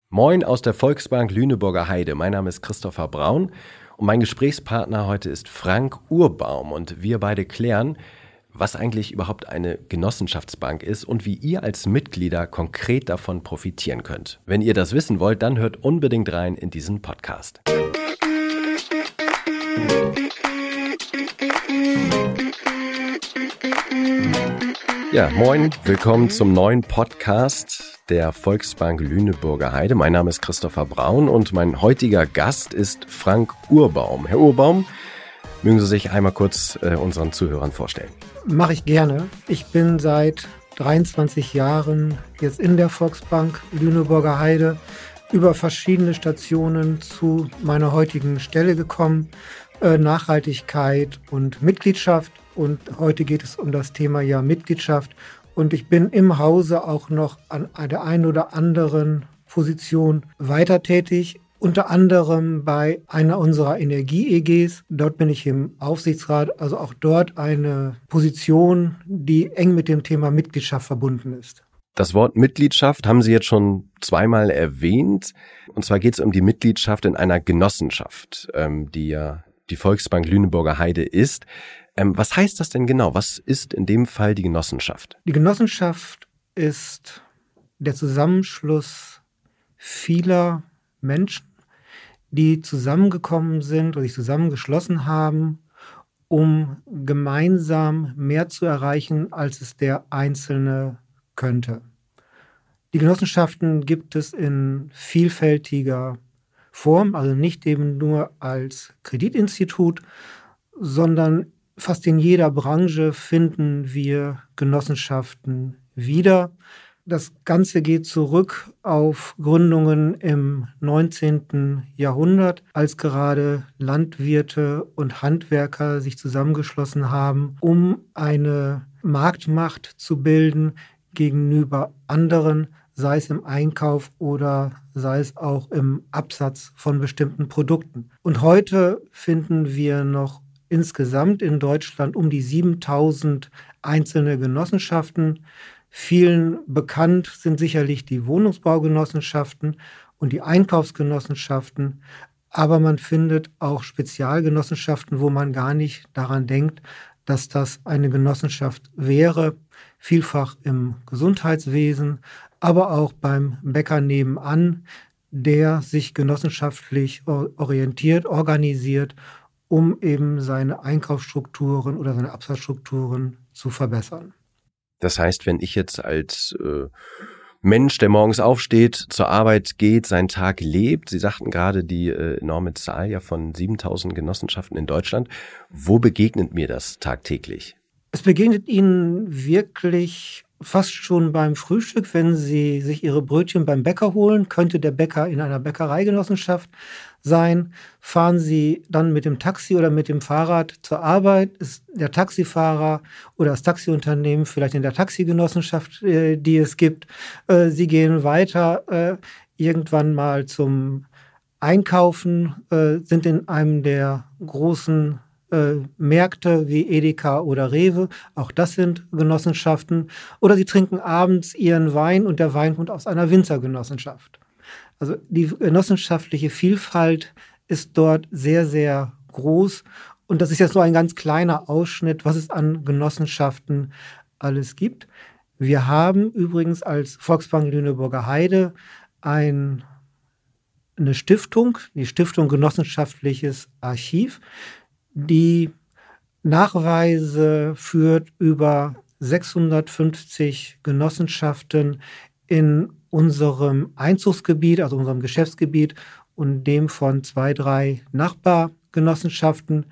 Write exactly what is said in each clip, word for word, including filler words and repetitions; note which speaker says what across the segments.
Speaker 1: Moin aus der Volksbank Lüneburger Heide. Mein Name ist Christopher Braun und mein Gesprächspartner heute ist Frank Urbaum. Und wir beide klären, was eigentlich überhaupt eine Genossenschaftsbank ist und wie ihr als Mitglieder konkret davon profitieren könnt. Wenn ihr das wissen wollt, dann hört unbedingt rein in diesen Podcast. Ja, moin, willkommen zum neuen Podcast der Volksbank Lüneburger Heide. Mein Name ist Christopher Braun und mein heutiger Gast ist Frank Urbaum. Herr Urbaum, mögen Sie sich einmal kurz äh, unseren Zuhörern vorstellen?
Speaker 2: Mache ich gerne. Ich bin seit dreiundzwanzig Jahren jetzt in der Volksbank Lüneburger Heide über verschiedene Stationen zu meiner heutigen Stelle gekommen. Äh, Nachhaltigkeit und Mitgliedschaft. Und heute geht es um das Thema ja Mitgliedschaft. Und ich bin im Hause auch noch an der einen oder anderen Position weiter tätig. Unter anderem bei einer unserer Energie-E Gs. Dort bin ich im Aufsichtsrat, also auch dort eine Position, die eng mit dem Thema Mitgliedschaft verbunden ist.
Speaker 1: Das Wort Mitgliedschaft haben Sie jetzt schon zweimal erwähnt. Und zwar geht es um die Mitgliedschaft in einer Genossenschaft, ähm, die ja die Volksbank Lüneburger Heide ist. Ähm, was heißt das denn genau? Was ist in dem Fall die Genossenschaft?
Speaker 2: Die Genossenschaft ist der Zusammenschluss vieler Menschen, die zusammengekommen sind oder sich zusammengeschlossen haben, um gemeinsam mehr zu erreichen, als es der Einzelne könnte. Die Genossenschaften gibt es in vielfältiger Form, also nicht eben nur als Kreditinstitut, sondern fast in jeder Branche finden wir Genossenschaften wieder. Das Ganze geht zurück auf Gründungen im neunzehnten Jahrhundert, als gerade Landwirte und Handwerker sich zusammengeschlossen haben, um eine Marktmacht zu bilden gegenüber anderen, sei es im Einkauf oder sei es auch im Absatz von bestimmten Produkten. Und heute finden wir noch insgesamt in Deutschland um die siebentausend einzelne Genossenschaften. Vielen bekannt sind sicherlich die Wohnungsbaugenossenschaften und die Einkaufsgenossenschaften. Aber man findet auch Spezialgenossenschaften, wo man gar nicht daran denkt, dass das eine Genossenschaft wäre. Vielfach im Gesundheitswesen, aber auch beim Bäcker nebenan, der sich genossenschaftlich orientiert, organisiert, um eben seine Einkaufsstrukturen oder seine Absatzstrukturen zu verbessern.
Speaker 1: Das heißt, wenn ich jetzt als äh, Mensch, der morgens aufsteht, zur Arbeit geht, seinen Tag lebt, Sie sagten gerade die äh, enorme Zahl ja von siebentausend Genossenschaften in Deutschland, wo begegnet mir das tagtäglich?
Speaker 2: Es begegnet Ihnen wirklich fast schon beim Frühstück, wenn Sie sich Ihre Brötchen beim Bäcker holen, könnte der Bäcker in einer Bäckereigenossenschaft sein. Fahren Sie dann mit dem Taxi oder mit dem Fahrrad zur Arbeit, ist der Taxifahrer oder das Taxiunternehmen vielleicht in der Taxigenossenschaft, äh, die es gibt. Äh, Sie gehen weiter äh, irgendwann mal zum Einkaufen, äh, sind in einem der großen Äh, Märkte wie Edeka oder Rewe, auch das sind Genossenschaften. Oder sie trinken abends ihren Wein und der Wein kommt aus einer Winzergenossenschaft. Also die genossenschaftliche Vielfalt ist dort sehr, sehr groß. Und das ist jetzt nur ein ganz kleiner Ausschnitt, was es an Genossenschaften alles gibt. Wir haben übrigens als Volksbank Lüneburger Heide ein, eine Stiftung, die Stiftung Genossenschaftliches Archiv, die Nachweise führt über sechshundertfünfzig Genossenschaften in unserem Einzugsgebiet, also unserem Geschäftsgebiet und dem von zwei, drei Nachbargenossenschaften.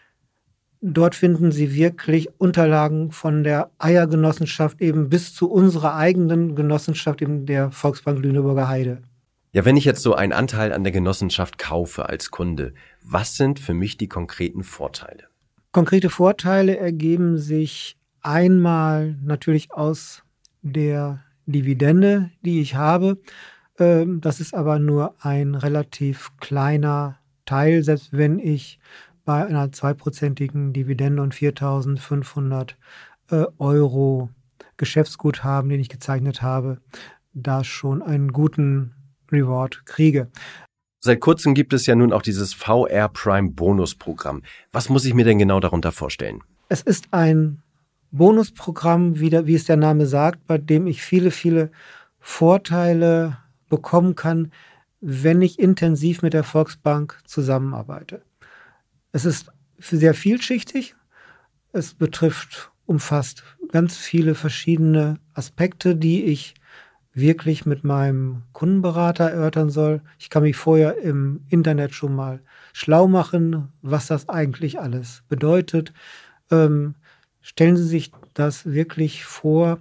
Speaker 2: Dort finden Sie wirklich Unterlagen von der Eiergenossenschaft eben bis zu unserer eigenen Genossenschaft, eben der Volksbank Lüneburger Heide.
Speaker 1: Ja, wenn ich jetzt so einen Anteil an der Genossenschaft kaufe als Kunde, was sind für mich die konkreten Vorteile?
Speaker 2: Konkrete Vorteile ergeben sich einmal natürlich aus der Dividende, die ich habe. Das ist aber nur ein relativ kleiner Teil, selbst wenn ich bei einer zweiprozentigen Dividende und viertausendfünfhundert Euro Geschäftsguthaben, den ich gezeichnet habe, da schon einen guten Reward kriege.
Speaker 1: Seit kurzem gibt es ja nun auch dieses V R Prime Bonusprogramm. Was muss ich mir denn genau darunter vorstellen?
Speaker 2: Es ist ein Bonusprogramm, wie, der, wie es der Name sagt, bei dem ich viele, viele Vorteile bekommen kann, wenn ich intensiv mit der Volksbank zusammenarbeite. Es ist sehr vielschichtig. Es betrifft, umfasst ganz viele verschiedene Aspekte, die ich wirklich mit meinem Kundenberater erörtern soll. Ich kann mich vorher im Internet schon mal schlau machen, was das eigentlich alles bedeutet. Ähm, stellen Sie sich das wirklich vor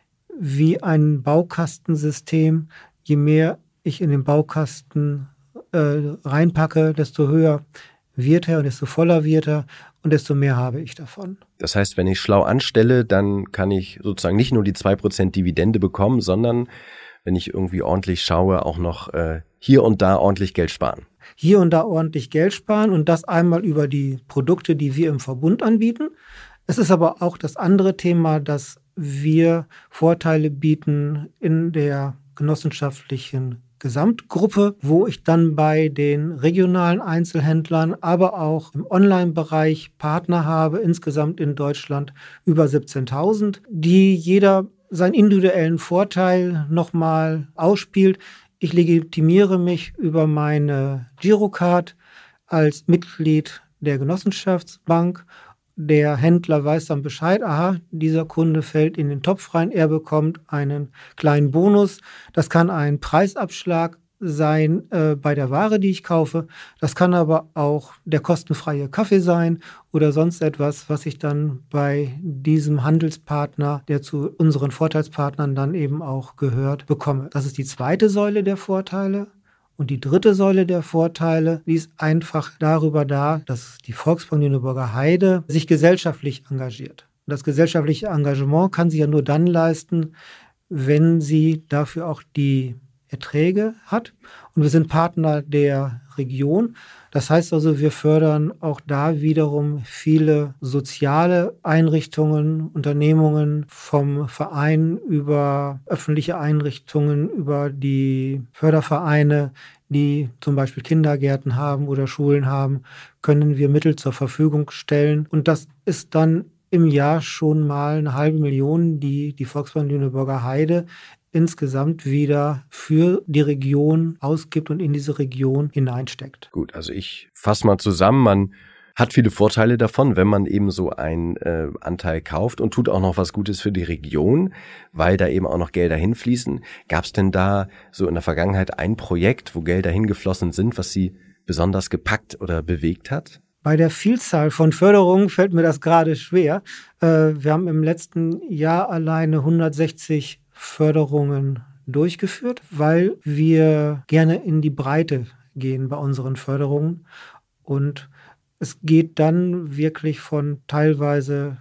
Speaker 2: wie ein Baukastensystem. Je mehr ich in den Baukasten äh, reinpacke, desto höher wird er und desto voller wird er und desto mehr habe ich davon.
Speaker 1: Das heißt, wenn ich schlau anstelle, dann kann ich sozusagen nicht nur die zwei Prozent Dividende bekommen, sondern wenn ich irgendwie ordentlich schaue, auch noch äh, hier und da ordentlich Geld sparen.
Speaker 2: Hier und da ordentlich Geld sparen und das einmal über die Produkte, die wir im Verbund anbieten. Es ist aber auch das andere Thema, dass wir Vorteile bieten in der genossenschaftlichen Gesamtgruppe, wo ich dann bei den regionalen Einzelhändlern, aber auch im Online-Bereich Partner habe, insgesamt in Deutschland über siebzehntausend, die jeder seinen individuellen Vorteil nochmal ausspielt. Ich legitimiere mich über meine Girocard als Mitglied der Genossenschaftsbank. Der Händler weiß dann Bescheid, aha, dieser Kunde fällt in den Topf rein, er bekommt einen kleinen Bonus. Das kann ein Preisabschlag sein äh, bei der Ware, die ich kaufe. Das kann aber auch der kostenfreie Kaffee sein oder sonst etwas, was ich dann bei diesem Handelspartner, der zu unseren Vorteilspartnern dann eben auch gehört, bekomme. Das ist die zweite Säule der Vorteile. Und die dritte Säule der Vorteile, die ist einfach darüber da, dass die Volksbank Lüneburger Heide sich gesellschaftlich engagiert. Und das gesellschaftliche Engagement kann sie ja nur dann leisten, wenn sie dafür auch die Erträge hat. Und wir sind Partner der Region. Das heißt also, wir fördern auch da wiederum viele soziale Einrichtungen, Unternehmungen vom Verein über öffentliche Einrichtungen, über die Fördervereine, die zum Beispiel Kindergärten haben oder Schulen haben, können wir Mittel zur Verfügung stellen. Und das ist dann im Jahr schon mal eine halbe Million, die die Volksbank Lüneburger Heide insgesamt wieder für die Region ausgibt und in diese Region hineinsteckt.
Speaker 1: Gut, also ich fasse mal zusammen, man hat viele Vorteile davon, wenn man eben so einen äh, Anteil kauft und tut auch noch was Gutes für die Region, weil da eben auch noch Gelder hinfließen. Gab es denn da so in der Vergangenheit ein Projekt, wo Gelder hingeflossen sind, was Sie besonders gepackt oder bewegt hat?
Speaker 2: Bei der Vielzahl von Förderungen fällt mir das gerade schwer. Äh, wir haben im letzten Jahr alleine hundertsechzig Förderungen durchgeführt, weil wir gerne in die Breite gehen bei unseren Förderungen. Und es geht dann wirklich von teilweise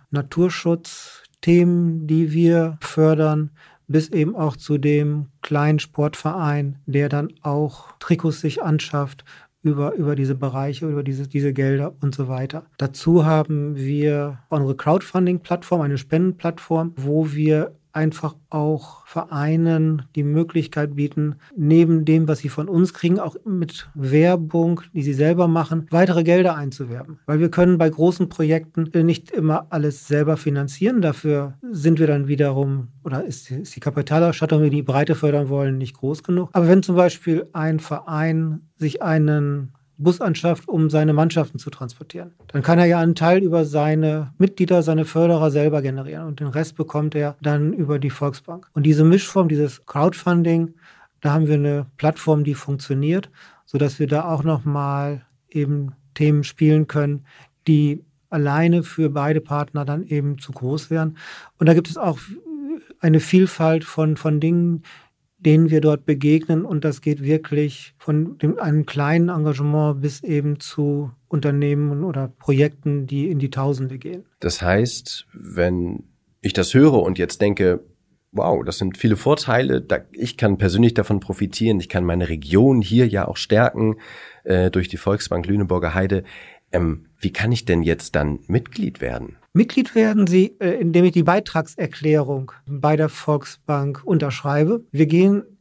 Speaker 2: Naturschutzthemen, die wir fördern, bis eben auch zu dem kleinen Sportverein, der dann auch Trikots sich anschafft, über, über diese Bereiche, über diese, diese Gelder und so weiter. Dazu haben wir unsere Crowdfunding-Plattform, eine Spendenplattform, wo wir einfach auch Vereinen die Möglichkeit bieten, neben dem, was sie von uns kriegen, auch mit Werbung, die sie selber machen, weitere Gelder einzuwerben. Weil wir können bei großen Projekten nicht immer alles selber finanzieren. Dafür sind wir dann wiederum, oder ist, ist die Kapitalausstattung, wenn wir die Breite fördern wollen, nicht groß genug. Aber wenn zum Beispiel ein Verein sich einen Bus anschafft, um seine Mannschaften zu transportieren, dann kann er ja einen Teil über seine Mitglieder, seine Förderer selber generieren und den Rest bekommt er dann über die Volksbank. Und diese Mischform, dieses Crowdfunding, da haben wir eine Plattform, die funktioniert, sodass wir da auch nochmal eben Themen spielen können, die alleine für beide Partner dann eben zu groß wären. Und da gibt es auch eine Vielfalt von, von Dingen, denen wir dort begegnen. Und das geht wirklich von dem, einem kleinen Engagement bis eben zu Unternehmen oder Projekten, die in die Tausende gehen.
Speaker 1: Das heißt, wenn ich das höre und jetzt denke, wow, das sind viele Vorteile, da, ich kann persönlich davon profitieren, ich kann meine Region hier ja auch stärken äh, durch die Volksbank Lüneburger Heide. Ähm, wie kann ich denn jetzt dann Mitglied werden?
Speaker 2: Mitglied werden Sie, indem ich die Beitragserklärung bei der Volksbank unterschreibe. Wir gehen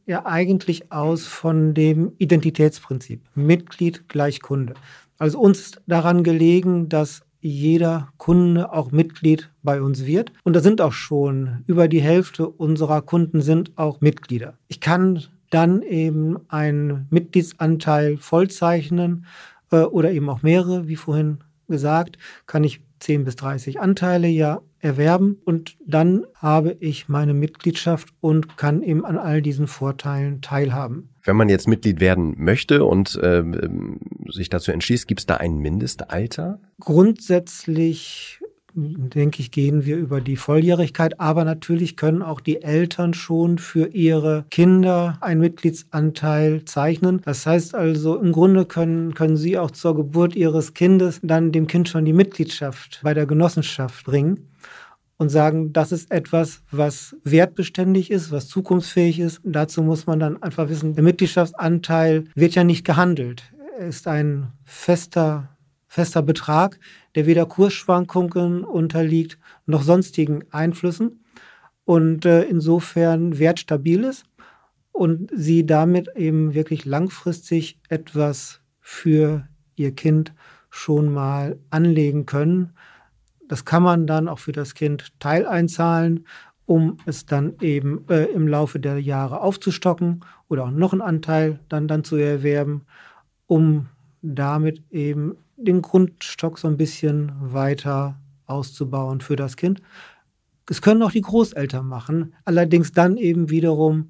Speaker 2: ja eigentlich aus von dem Identitätsprinzip. Mitglied gleich Kunde. Also uns ist daran gelegen, dass jeder Kunde auch Mitglied bei uns wird. Und da sind auch schon über die Hälfte unserer Kunden sind auch Mitglieder. Ich kann dann eben einen Mitgliedsanteil vollzeichnen äh, oder eben auch mehrere, wie vorhin gesagt, kann ich zehn bis dreißig Anteile ja erwerben und dann habe ich meine Mitgliedschaft und kann eben an all diesen Vorteilen teilhaben.
Speaker 1: Wenn man jetzt Mitglied werden möchte und äh, sich dazu entschließt, gibt es da ein Mindestalter?
Speaker 2: Grundsätzlich denke ich, gehen wir über die Volljährigkeit, aber natürlich können auch die Eltern schon für ihre Kinder einen Mitgliedsanteil zeichnen. Das heißt also, im Grunde können, können sie auch zur Geburt ihres Kindes dann dem Kind schon die Mitgliedschaft bei der Genossenschaft bringen und sagen, das ist etwas, was wertbeständig ist, was zukunftsfähig ist. Und dazu muss man dann einfach wissen, der Mitgliedschaftsanteil wird ja nicht gehandelt. Er ist ein fester fester Betrag, der weder Kursschwankungen unterliegt noch sonstigen Einflüssen und äh, insofern wertstabil ist und sie damit eben wirklich langfristig etwas für ihr Kind schon mal anlegen können. Das kann man dann auch für das Kind teileinzahlen, um es dann eben äh, im Laufe der Jahre aufzustocken oder auch noch einen Anteil dann, dann zu erwerben, um damit eben den Grundstock so ein bisschen weiter auszubauen für das Kind. Das können auch die Großeltern machen, allerdings dann eben wiederum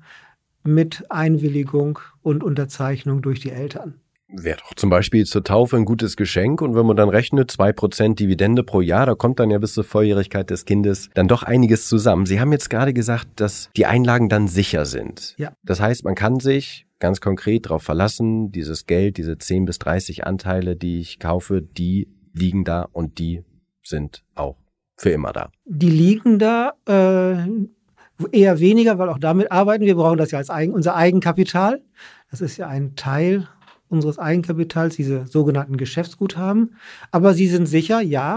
Speaker 2: mit Einwilligung und Unterzeichnung durch die Eltern.
Speaker 1: Wäre doch zum Beispiel zur Taufe ein gutes Geschenk und wenn man dann rechnet, zwei Prozent Dividende pro Jahr, da kommt dann ja bis zur Volljährigkeit des Kindes dann doch einiges zusammen. Sie haben jetzt gerade gesagt, dass die Einlagen dann sicher sind.
Speaker 2: Ja.
Speaker 1: Das heißt, man kann sich ganz konkret darauf verlassen, dieses Geld, diese zehn bis dreißig Anteile, die ich kaufe, die liegen da und die sind auch für immer da.
Speaker 2: Die liegen da äh, eher weniger, weil auch damit arbeiten wir. brauchen das ja als Eigen, unser Eigenkapital. Das ist ja ein Teil unseres Eigenkapitals, diese sogenannten Geschäftsguthaben. Aber sie sind sicher, ja.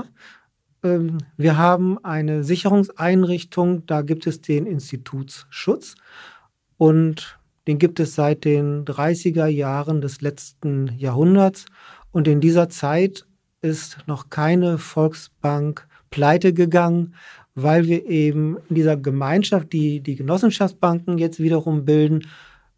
Speaker 2: Ähm, wir haben eine Sicherungseinrichtung, da gibt es den Institutsschutz und den gibt es seit den dreißiger Jahren des letzten Jahrhunderts. Und in dieser Zeit ist noch keine Volksbank pleite gegangen, weil wir eben in dieser Gemeinschaft, die die Genossenschaftsbanken jetzt wiederum bilden,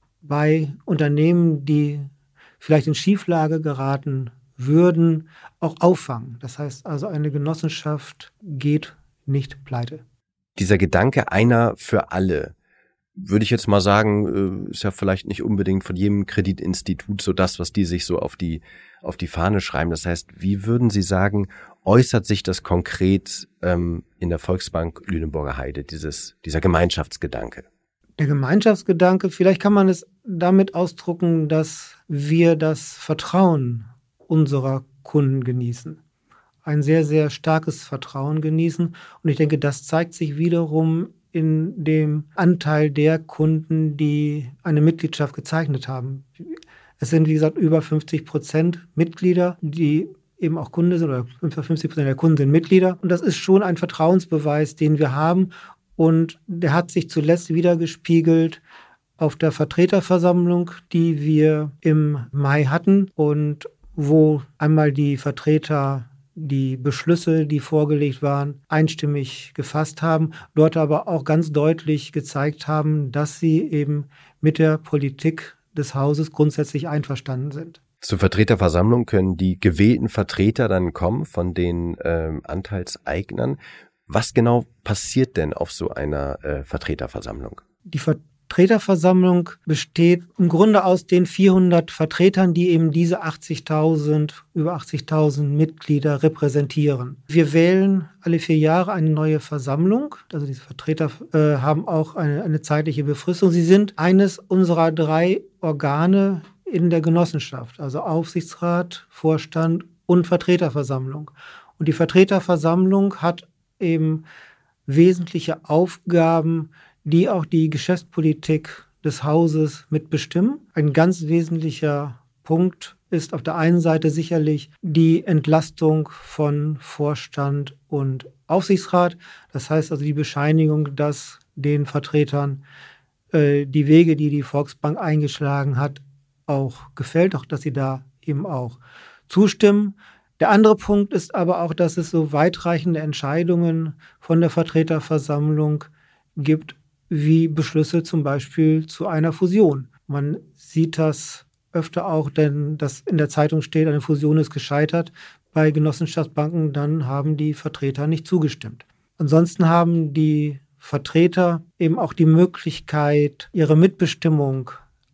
Speaker 2: bei Unternehmen, die vielleicht in Schieflage geraten würden, auch auffangen. Das heißt also, eine Genossenschaft geht nicht pleite.
Speaker 1: Dieser Gedanke einer für alle, würde ich jetzt mal sagen, ist ja vielleicht nicht unbedingt von jedem Kreditinstitut so das, was die sich so auf die, auf die Fahne schreiben. Das heißt, wie würden Sie sagen, äußert sich das konkret ähm, in der Volksbank Lüneburger Heide, dieses, dieser Gemeinschaftsgedanke?
Speaker 2: Der Gemeinschaftsgedanke, vielleicht kann man es damit ausdrücken, dass wir das Vertrauen unserer Kunden genießen. Ein sehr, sehr starkes Vertrauen genießen. Und ich denke, das zeigt sich wiederum in dem Anteil der Kunden, die eine Mitgliedschaft gezeichnet haben. Es sind, wie gesagt, über fünfzig Prozent Mitglieder, die eben auch Kunde sind, oder fünfzig Prozent der Kunden sind Mitglieder. Und das ist schon ein Vertrauensbeweis, den wir haben. Und der hat sich zuletzt wieder gespiegelt auf der Vertreterversammlung, die wir im Mai hatten und wo einmal die Vertreter die Beschlüsse, die vorgelegt waren, einstimmig gefasst haben, dort aber auch ganz deutlich gezeigt haben, dass sie eben mit der Politik des Hauses grundsätzlich einverstanden sind.
Speaker 1: Zur Vertreterversammlung können die gewählten Vertreter dann kommen von den ähm, Anteilseignern. Was genau passiert denn auf so einer äh, Vertreterversammlung?
Speaker 2: Die Vertreterversammlung besteht im Grunde aus den vierhundert Vertretern, die eben diese achtzigtausend, über achtzigtausend Mitglieder repräsentieren. Wir wählen alle vier Jahre eine neue Versammlung. Also diese Vertreter äh, haben auch eine, eine zeitliche Befristung. Sie sind eines unserer drei Organe in der Genossenschaft, also Aufsichtsrat, Vorstand und Vertreterversammlung. Und die Vertreterversammlung hat eben wesentliche Aufgaben, die auch die Geschäftspolitik des Hauses mitbestimmen. Ein ganz wesentlicher Punkt ist auf der einen Seite sicherlich die Entlastung von Vorstand und Aufsichtsrat. Das heißt also die Bescheinigung, dass den Vertretern äh, die Wege, die die Volksbank eingeschlagen hat, auch gefällt, auch dass sie da eben auch zustimmen. Der andere Punkt ist aber auch, dass es so weitreichende Entscheidungen von der Vertreterversammlung gibt, wie Beschlüsse zum Beispiel zu einer Fusion. Man sieht das öfter auch, denn dass in der Zeitung steht, eine Fusion ist gescheitert. Bei Genossenschaftsbanken, dann haben die Vertreter nicht zugestimmt. Ansonsten haben die Vertreter eben auch die Möglichkeit, ihre Mitbestimmung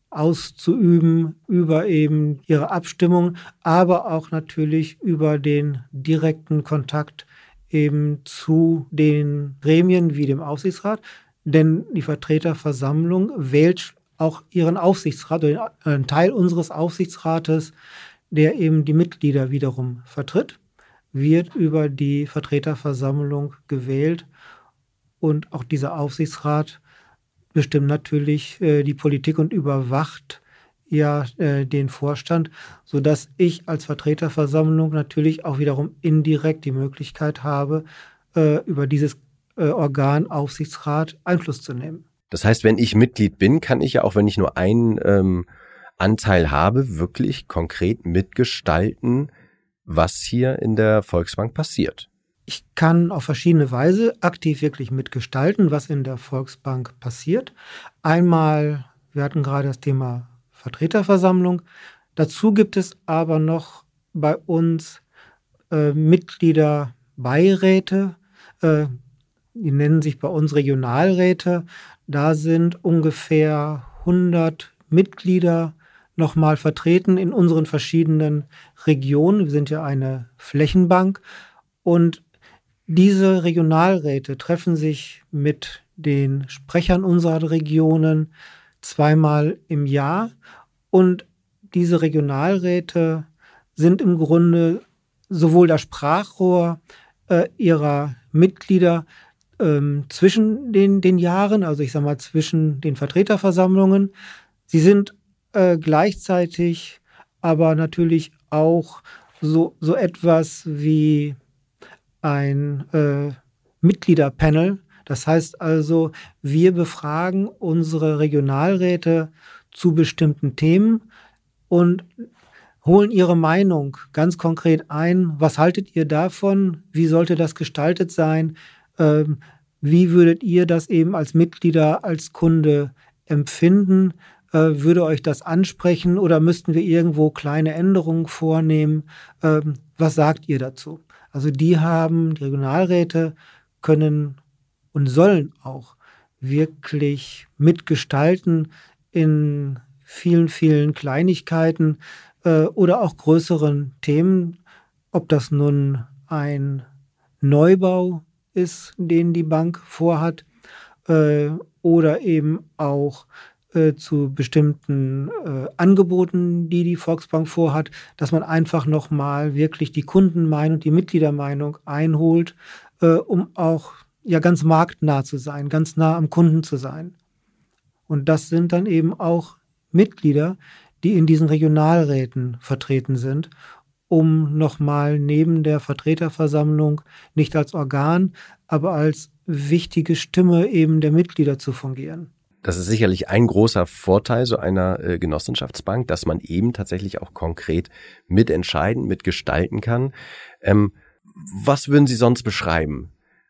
Speaker 2: auszuüben über eben ihre Abstimmung, aber auch natürlich über den direkten Kontakt eben zu den Gremien wie dem Aufsichtsrat. Denn die Vertreterversammlung wählt auch ihren Aufsichtsrat, oder einen Teil unseres Aufsichtsrates, der eben die Mitglieder wiederum vertritt, wird über die Vertreterversammlung gewählt. Und auch dieser Aufsichtsrat bestimmt natürlich äh, die Politik und überwacht ja äh, den Vorstand, sodass ich als Vertreterversammlung natürlich auch wiederum indirekt die Möglichkeit habe, äh, über dieses äh, Organ Aufsichtsrat Einfluss zu nehmen.
Speaker 1: Das heißt, wenn ich Mitglied bin, kann ich ja auch, wenn ich nur einen ähm, Anteil habe, wirklich konkret mitgestalten, was hier in der Volksbank passiert.
Speaker 2: Ich kann auf verschiedene Weise aktiv wirklich mitgestalten, was in der Volksbank passiert. Einmal, wir hatten gerade das Thema Vertreterversammlung. Dazu gibt es aber noch bei uns äh, Mitgliederbeiräte, äh, die nennen sich bei uns Regionalräte. Da sind ungefähr hundert Mitglieder nochmal vertreten in unseren verschiedenen Regionen. Wir sind ja eine Flächenbank und diese Regionalräte treffen sich mit den Sprechern unserer Regionen zweimal im Jahr und diese Regionalräte sind im Grunde sowohl das Sprachrohr äh, ihrer Mitglieder ähm, zwischen den, den Jahren, also ich sage mal zwischen den Vertreterversammlungen. Sie sind äh, gleichzeitig aber natürlich auch so, so etwas wie ein äh, Mitgliederpanel. Das heißt also, wir befragen unsere Regionalräte zu bestimmten Themen und holen ihre Meinung ganz konkret ein. Was haltet ihr davon? Wie sollte das gestaltet sein? Ähm, wie würdet ihr das eben als Mitglieder, als Kunde empfinden? Äh, würde euch das ansprechen oder müssten wir irgendwo kleine Änderungen vornehmen? Ähm, was sagt ihr dazu? Also die haben, die Regionalräte können und sollen auch wirklich mitgestalten in vielen, vielen Kleinigkeiten äh, oder auch größeren Themen, ob das nun ein Neubau ist, den die Bank vorhat, äh, oder eben auch äh, zu bestimmten äh, Angeboten, die die Volksbank vorhat, dass man einfach nochmal wirklich die Kundenmeinung, die Mitgliedermeinung einholt, äh, um auch ja ganz marktnah zu sein, ganz nah am Kunden zu sein. Und das sind dann eben auch Mitglieder, die in diesen Regionalräten vertreten sind, um nochmal neben der Vertreterversammlung nicht als Organ, aber als wichtige Stimme eben der Mitglieder zu fungieren.
Speaker 1: Das ist sicherlich ein großer Vorteil so einer äh, Genossenschaftsbank, dass man eben tatsächlich auch konkret mitentscheiden, mitgestalten kann. Ähm, was würden Sie sonst beschreiben?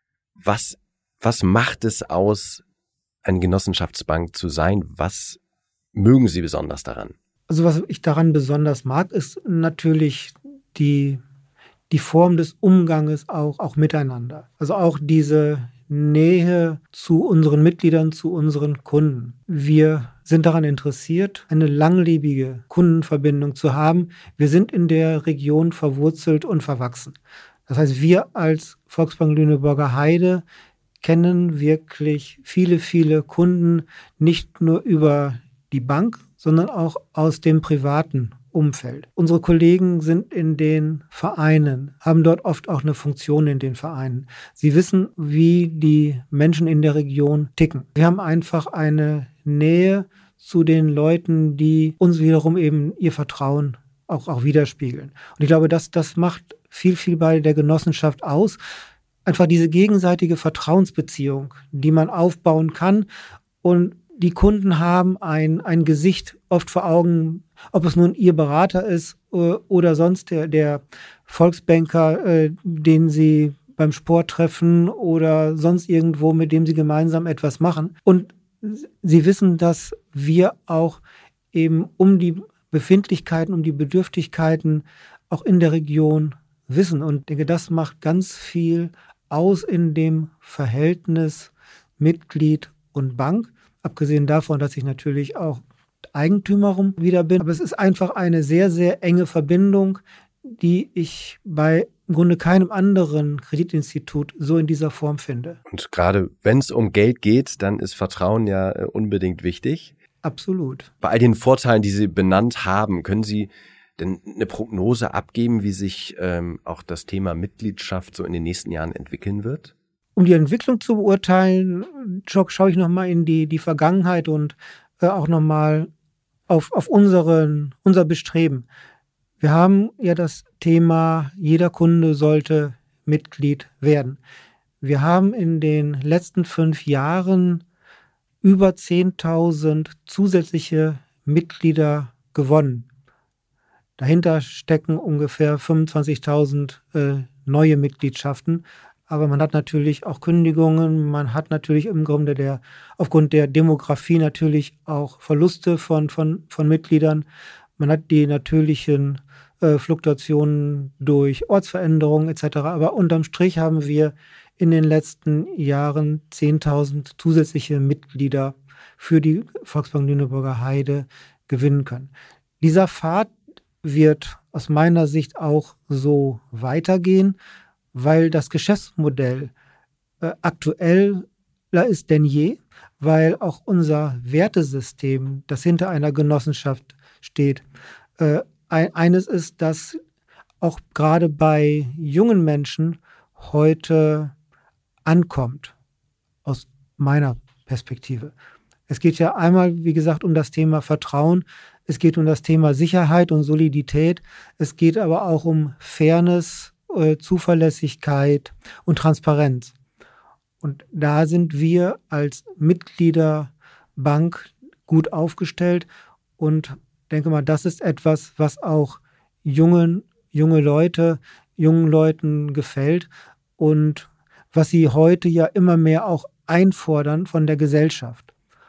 Speaker 1: Was, was macht es aus, eine Genossenschaftsbank zu sein? Was mögen Sie besonders daran?
Speaker 2: Also was ich daran besonders mag, ist natürlich die, die Form des Umganges auch, auch miteinander. Also auch diese Nähe zu unseren Mitgliedern, zu unseren Kunden. Wir sind daran interessiert, eine langlebige Kundenverbindung zu haben. Wir sind in der Region verwurzelt und verwachsen. Das heißt, wir als Volksbank Lüneburger Heide kennen wirklich viele, viele Kunden, nicht nur über die Bank, sondern auch aus dem privaten Umfeld. Unsere Kollegen sind in den Vereinen, haben dort oft auch eine Funktion in den Vereinen. Sie wissen, wie die Menschen in der Region ticken. Wir haben einfach eine Nähe zu den Leuten, die uns wiederum eben ihr Vertrauen auch, auch widerspiegeln. Und ich glaube, das, das macht viel, viel bei der Genossenschaft aus. Einfach diese gegenseitige Vertrauensbeziehung, die man aufbauen kann und die Kunden haben ein, ein Gesicht oft vor Augen, ob es nun ihr Berater ist oder sonst der, der Volksbanker, äh, den sie beim Sport treffen oder sonst irgendwo, mit dem sie gemeinsam etwas machen. Und sie wissen, dass wir auch eben um die Befindlichkeiten, um die Bedürftigkeiten auch in der Region wissen. Und ich denke, das macht ganz viel aus in dem Verhältnis Mitglied und Bank. Abgesehen davon, dass ich natürlich auch Eigentümerin wieder bin. Aber es ist einfach eine sehr, sehr enge Verbindung, die ich bei im Grunde keinem anderen Kreditinstitut so in dieser Form finde.
Speaker 1: Und gerade wenn es um Geld geht, dann ist Vertrauen ja unbedingt wichtig.
Speaker 2: Absolut.
Speaker 1: Bei all den Vorteilen, die Sie benannt haben, können Sie denn eine Prognose abgeben, wie sich ähm, auch das Thema Mitgliedschaft so in den nächsten Jahren entwickeln wird?
Speaker 2: Um die Entwicklung zu beurteilen, schaue ich nochmal in die, die Vergangenheit und äh, auch nochmal auf, auf unseren, unser Bestreben. Wir haben ja das Thema, jeder Kunde sollte Mitglied werden. Wir haben in den letzten fünf Jahren über zehntausend zusätzliche Mitglieder gewonnen. Dahinter stecken ungefähr fünfundzwanzigtausend äh, neue Mitgliedschaften. Aber man hat natürlich auch Kündigungen, man hat natürlich im Grunde der, aufgrund der Demografie natürlich auch Verluste von, von, von Mitgliedern. Man hat die natürlichen äh, Fluktuationen durch Ortsveränderungen et cetera. Aber unterm Strich haben wir in den letzten Jahren zehntausend zusätzliche Mitglieder für die Volksbank Lüneburger Heide gewinnen können. Dieser Pfad wird aus meiner Sicht auch so weitergehen, weil das Geschäftsmodell äh, aktueller ist denn je, weil auch unser Wertesystem, das hinter einer Genossenschaft steht, äh, ein, eines ist, das auch gerade bei jungen Menschen heute ankommt, aus meiner Perspektive. Es geht ja einmal, wie gesagt, um das Thema Vertrauen, es geht um das Thema Sicherheit und Solidität, es geht aber auch um Fairness, äh, Zuverlässigkeit und Transparenz. Und da sind wir als Mitgliederbank gut aufgestellt und denke mal, das ist etwas, was auch jungen, junge Leute, jungen Leuten gefällt und was sie heute ja immer mehr auch einfordern von der Gesellschaft.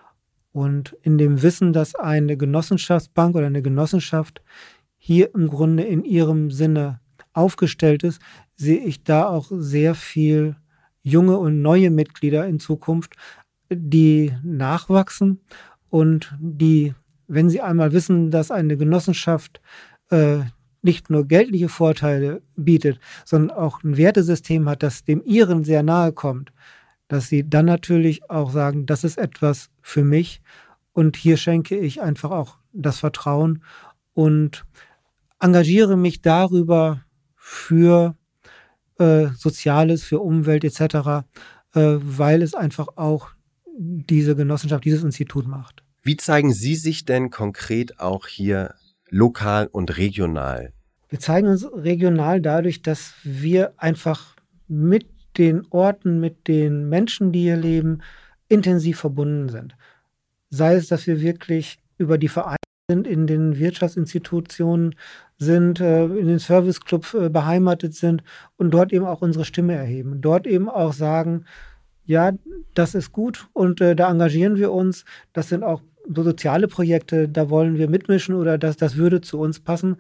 Speaker 2: Und in dem Wissen, dass eine Genossenschaftsbank oder eine Genossenschaft hier im Grunde in ihrem Sinne aufgestellt ist, sehe ich da auch sehr viel junge und neue Mitglieder in Zukunft, die nachwachsen und die, wenn sie einmal wissen, dass eine Genossenschaft äh, nicht nur geldliche Vorteile bietet, sondern auch ein Wertesystem hat, das dem ihren sehr nahe kommt, dass sie dann natürlich auch sagen, das ist etwas für mich und hier schenke ich einfach auch das Vertrauen und engagiere mich darüber für äh, Soziales, für Umwelt et cetera, äh, weil es einfach auch diese Genossenschaft, dieses Institut macht.
Speaker 1: Wie zeigen Sie sich denn konkret auch hier lokal und regional?
Speaker 2: Wir zeigen uns regional dadurch, dass wir einfach mit den Orten, mit den Menschen, die hier leben, intensiv verbunden sind. Sei es, dass wir wirklich über die Vereine sind, in den Wirtschaftsinstitutionen sind, in den Serviceclubs beheimatet sind und dort eben auch unsere Stimme erheben. Dort eben auch sagen, ja, das ist gut und äh, da engagieren wir uns. Das sind auch so soziale Projekte, da wollen wir mitmischen oder das, das würde zu uns passen.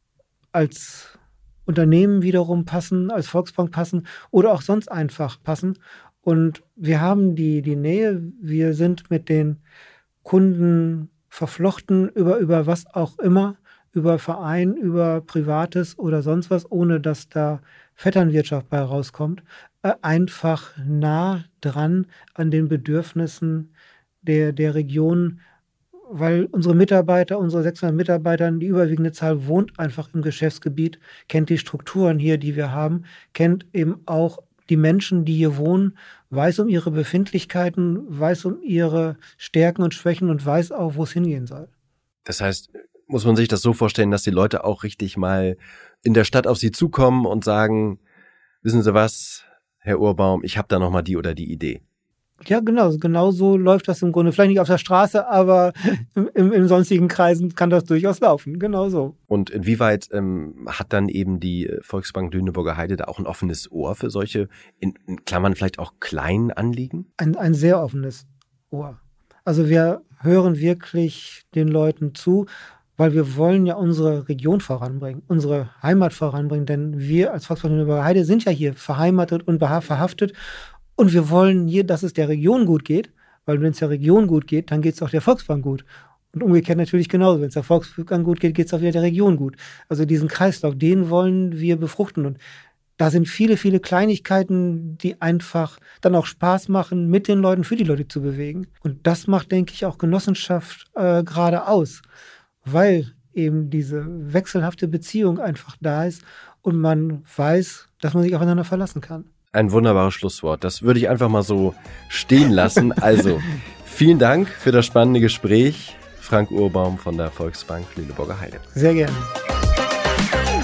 Speaker 2: Als Unternehmen wiederum passen, als Volksbank passen oder auch sonst einfach passen. Und wir haben die, die Nähe, wir sind mit den Kunden verflochten über, über was auch immer, über Verein, über Privates oder sonst was, ohne dass da Vetternwirtschaft bei rauskommt, äh, einfach nah dran an den Bedürfnissen der, der Region, weil unsere Mitarbeiter, unsere sechshundert Mitarbeiter, die überwiegende Zahl wohnt einfach im Geschäftsgebiet, kennt die Strukturen hier, die wir haben, kennt eben auch die Menschen, die hier wohnen, weiß um ihre Befindlichkeiten, weiß um ihre Stärken und Schwächen und weiß auch, wo es hingehen soll.
Speaker 1: Das heißt, muss man sich das so vorstellen, dass die Leute auch richtig mal in der Stadt auf sie zukommen und sagen, wissen Sie was, Herr Urbaum, ich habe da nochmal die oder die Idee.
Speaker 2: Ja, genau. Genau so läuft das im Grunde. Vielleicht nicht auf der Straße, aber im, im, im sonstigen Kreisen kann das durchaus laufen. Genau so.
Speaker 1: Und inwieweit ähm, hat dann eben die Volksbank Lüneburger Heide da auch ein offenes Ohr für solche, in, in Klammern vielleicht auch kleinen Anliegen?
Speaker 2: Ein, ein sehr offenes Ohr. Also wir hören wirklich den Leuten zu, weil wir wollen ja unsere Region voranbringen, unsere Heimat voranbringen, denn wir als Volksbank Lüneburger Heide sind ja hier verheimatet und verhaftet und wir wollen hier, dass es der Region gut geht, weil wenn es der Region gut geht, dann geht es auch der Volksbank gut. Und umgekehrt natürlich genauso. Wenn es der Volksbank gut geht, geht es auch wieder der Region gut. Also diesen Kreislauf, den wollen wir befruchten. Und da sind viele, viele Kleinigkeiten, die einfach dann auch Spaß machen, mit den Leuten, für die Leute zu bewegen. Und das macht, denke ich, auch Genossenschaft äh, gerade aus, weil eben diese wechselhafte Beziehung einfach da ist und man weiß, dass man sich aufeinander verlassen kann.
Speaker 1: Ein wunderbares Schlusswort. Das würde ich einfach mal so stehen lassen. Also, vielen Dank für das spannende Gespräch. Frank Urbaum von der Volksbank Lüneburger Heide.
Speaker 2: Sehr gerne.